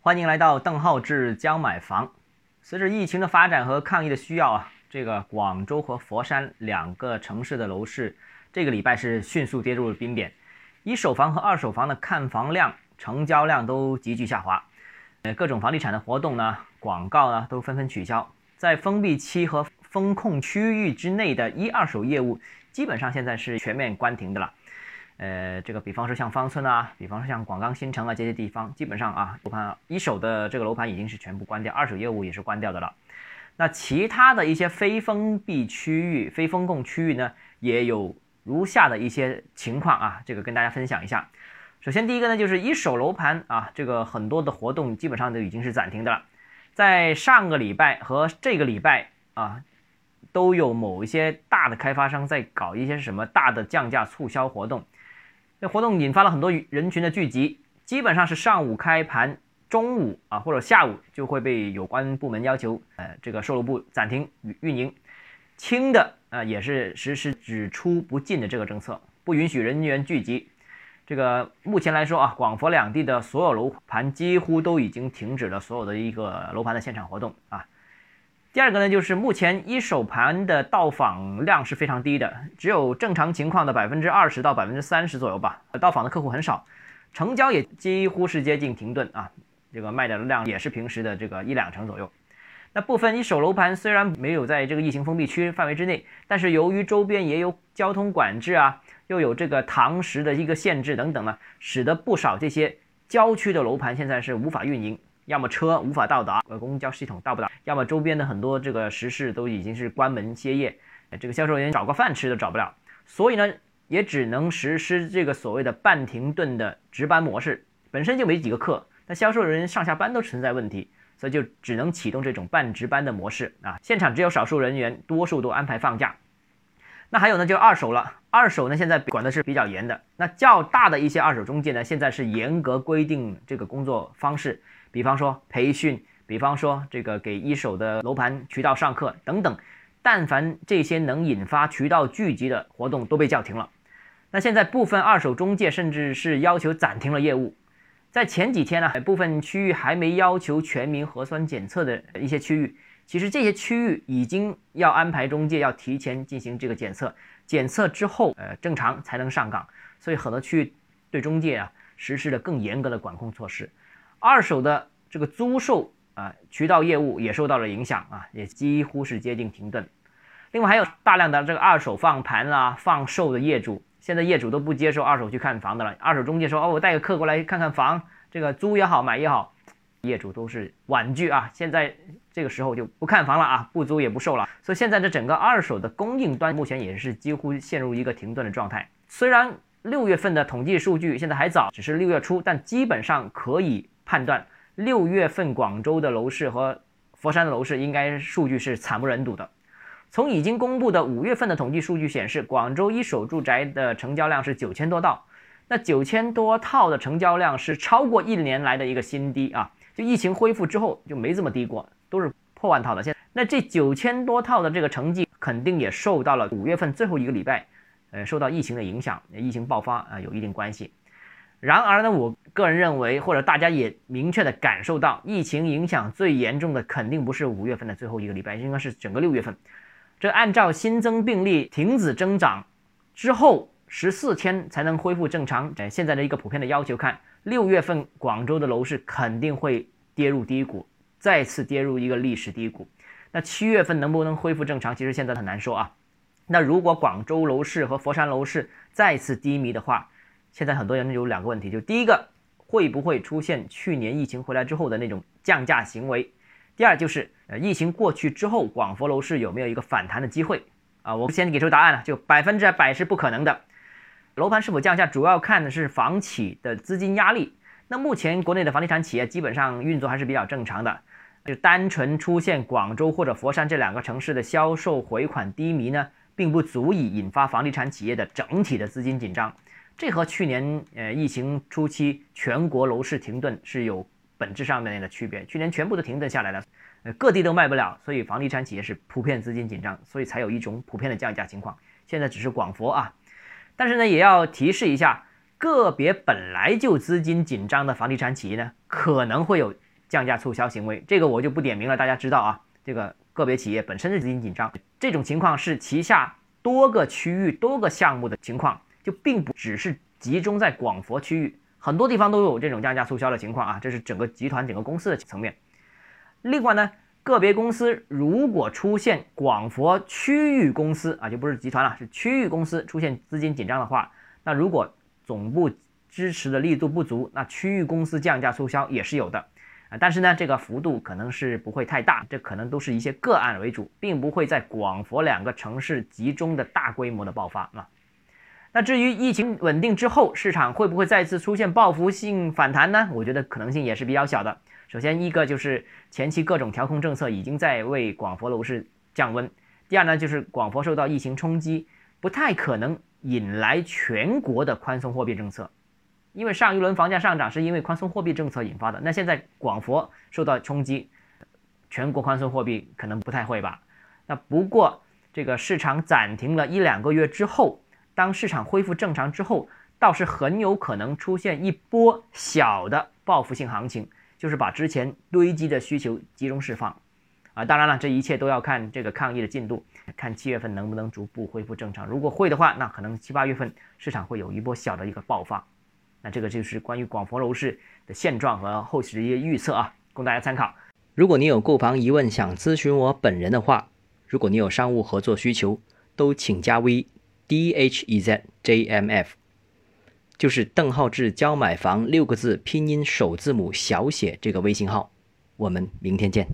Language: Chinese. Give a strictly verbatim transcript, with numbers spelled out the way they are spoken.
欢迎来到邓浩志教买房。随着疫情的发展和抗疫的需要啊，这个广州和佛山两个城市的楼市这个礼拜是迅速跌入了冰点，一手房和二手房的看房量、成交量都急剧下滑。呃，各种房地产的活动呢、广告呢都纷纷取消，在封闭期和风控区域之内的一二手业务，基本上现在是全面关停的了。呃，这个比方说像芳村啊，比方说像广钢新城啊这些地方，基本上啊，楼盘一手的这个楼盘已经是全部关掉，二手业务也是关掉的了。那其他的一些非封闭区域、非风控区域呢，也有如下的一些情况啊，这个跟大家分享一下。首先第一个呢，就是一手楼盘啊，这个很多的活动基本上都已经是暂停的了。在上个礼拜和这个礼拜啊，都有某一些大的开发商在搞一些什么大的降价促销活动。这活动引发了很多人群的聚集，基本上是上午开盘，中午啊或者下午就会被有关部门要求，呃，这个售楼部暂停运营。轻的啊、呃、也是实施只出不进的这个政策，不允许人员聚集。这个目前来说啊，广佛两地的所有楼盘几乎都已经停止了所有的一个楼盘的现场活动啊。第二个呢，就是目前一手盘的到访量是非常低的，只有正常情况的百分之二十到百分之三十左右吧，到访的客户很少，成交也几乎是接近停顿啊，这个卖的量也是平时的这个一两成左右。那部分一手楼盘虽然没有在这个疫情封闭区范围之内，但是由于周边也有交通管制啊，又有这个堂食的一个限制等等呢，使得不少这些郊区的楼盘现在是无法运营。要么车无法到达，呃，公交系统到不了；要么周边的很多这个食肆都已经是关门歇业，这个销售人员找个饭吃都找不了，所以呢，也只能实施这个所谓的半停顿的值班模式。本身就没几个客，那销售人员上下班都存在问题，所以就只能启动这种半值班的模式啊。现场只有少数人员，多数都安排放假。那还有呢，就是二手了。二手呢，现在管的是比较严的。那较大的一些二手中介呢，现在是严格规定这个工作方式。比方说培训，比方说这个给一手的楼盘渠道上课等等，但凡这些能引发渠道聚集的活动都被叫停了。那现在部分二手中介甚至是要求暂停了业务。在前几天呢，部分区域还没要求全民核酸检测的一些区域，其实这些区域已经要安排中介要提前进行这个检测，检测之后呃正常才能上岗，所以很多区域对中介啊实施了更严格的管控措施。二手的这个租售啊渠道业务也受到了影响啊，也几乎是接近停顿。另外还有大量的这个二手放盘啊、放售的业主，现在业主都不接受二手去看房的了。二手中介说哦，我带个客过来看看房，这个租也好买也好，业主都是婉拒啊。现在这个时候就不看房了啊，不租也不售了。所以现在这整个二手的供应端目前也是几乎陷入一个停顿的状态。虽然六月份的统计数据现在还早，只是六月初，但基本上可以判断六月份广州的楼市和佛山的楼市应该数据是惨不忍睹的。从已经公布的五月份的统计数据显示，广州一手住宅的成交量是九千多套，那九千多套的成交量是超过一年来的一个新低啊！就疫情恢复之后就没这么低过，都是破万套的。现在那这九千多套的这个成绩肯定也受到了五月份最后一个礼拜，呃，受到疫情的影响，疫情爆发啊、呃、有一定关系。然而呢，我个人认为，或者大家也明确的感受到，疫情影响最严重的肯定不是五月份的最后一个礼拜，应该是整个六月份。这按照新增病例停止增长之后十四天才能恢复正常，呃，现在的一个普遍的要求看，六月份广州的楼市肯定会跌入低谷，再次跌入一个历史低谷。那七月份能不能恢复正常，其实现在很难说啊。那如果广州楼市和佛山楼市再次低迷的话，现在很多人有两个问题，就第一个，会不会出现去年疫情回来之后的那种降价行为？第二就是呃，疫情过去之后，广佛楼市有没有一个反弹的机会啊？我先给出答案了，就百分之百是不可能的。楼盘是否降价，主要看的是房企的资金压力。那目前国内的房地产企业基本上运作还是比较正常的，就单纯出现广州或者佛山这两个城市的销售回款低迷呢，并不足以引发房地产企业的整体的资金紧张。这和去年呃疫情初期全国楼市停顿是有本质上面的区别。去年全部都停顿下来了，呃各地都卖不了，所以房地产企业是普遍资金紧张，所以才有一种普遍的降价情况。现在只是广佛啊，但是呢也要提示一下，个别本来就资金紧张的房地产企业呢，可能会有降价促销行为，这个我就不点名了，大家知道啊。这个个别企业本身是资金紧张，这种情况是旗下多个区域、多个项目的情况，就并不只是集中在广佛区域，很多地方都有这种降价促销的情况啊，这是整个集团、整个公司的层面。另外呢，个别公司如果出现广佛区域公司啊，就不是集团了，是区域公司出现资金紧张的话，那如果总部支持的力度不足，那区域公司降价促销也是有的啊，但是呢，这个幅度可能是不会太大，这可能都是一些个案为主，并不会在广佛两个城市集中的大规模的爆发啊。那至于疫情稳定之后，市场会不会再次出现报复性反弹呢？我觉得可能性也是比较小的。首先一个就是前期各种调控政策已经在为广佛楼市降温，第二呢就是广佛受到疫情冲击，不太可能引来全国的宽松货币政策，因为上一轮房价上涨是因为宽松货币政策引发的，那现在广佛受到冲击，全国宽松货币可能不太会吧。那不过这个市场暂停了一两个月之后，当市场恢复正常之后，倒是很有可能出现一波小的报复性行情，就是把之前堆积的需求集中释放啊。当然了，这一切都要看这个抗疫的进度，看七月份能不能逐步恢复正常。如果会的话，那可能七八月份市场会有一波小的一个爆发。那这个就是关于广佛楼市的现状和后续的一些预测啊，供大家参考。如果你有购房疑问想咨询我本人的话，如果你有商务合作需求，都请加 V D H E Z J M F， 就是邓浩志教买房六个字拼音首字母小写这个微信号。我们明天见。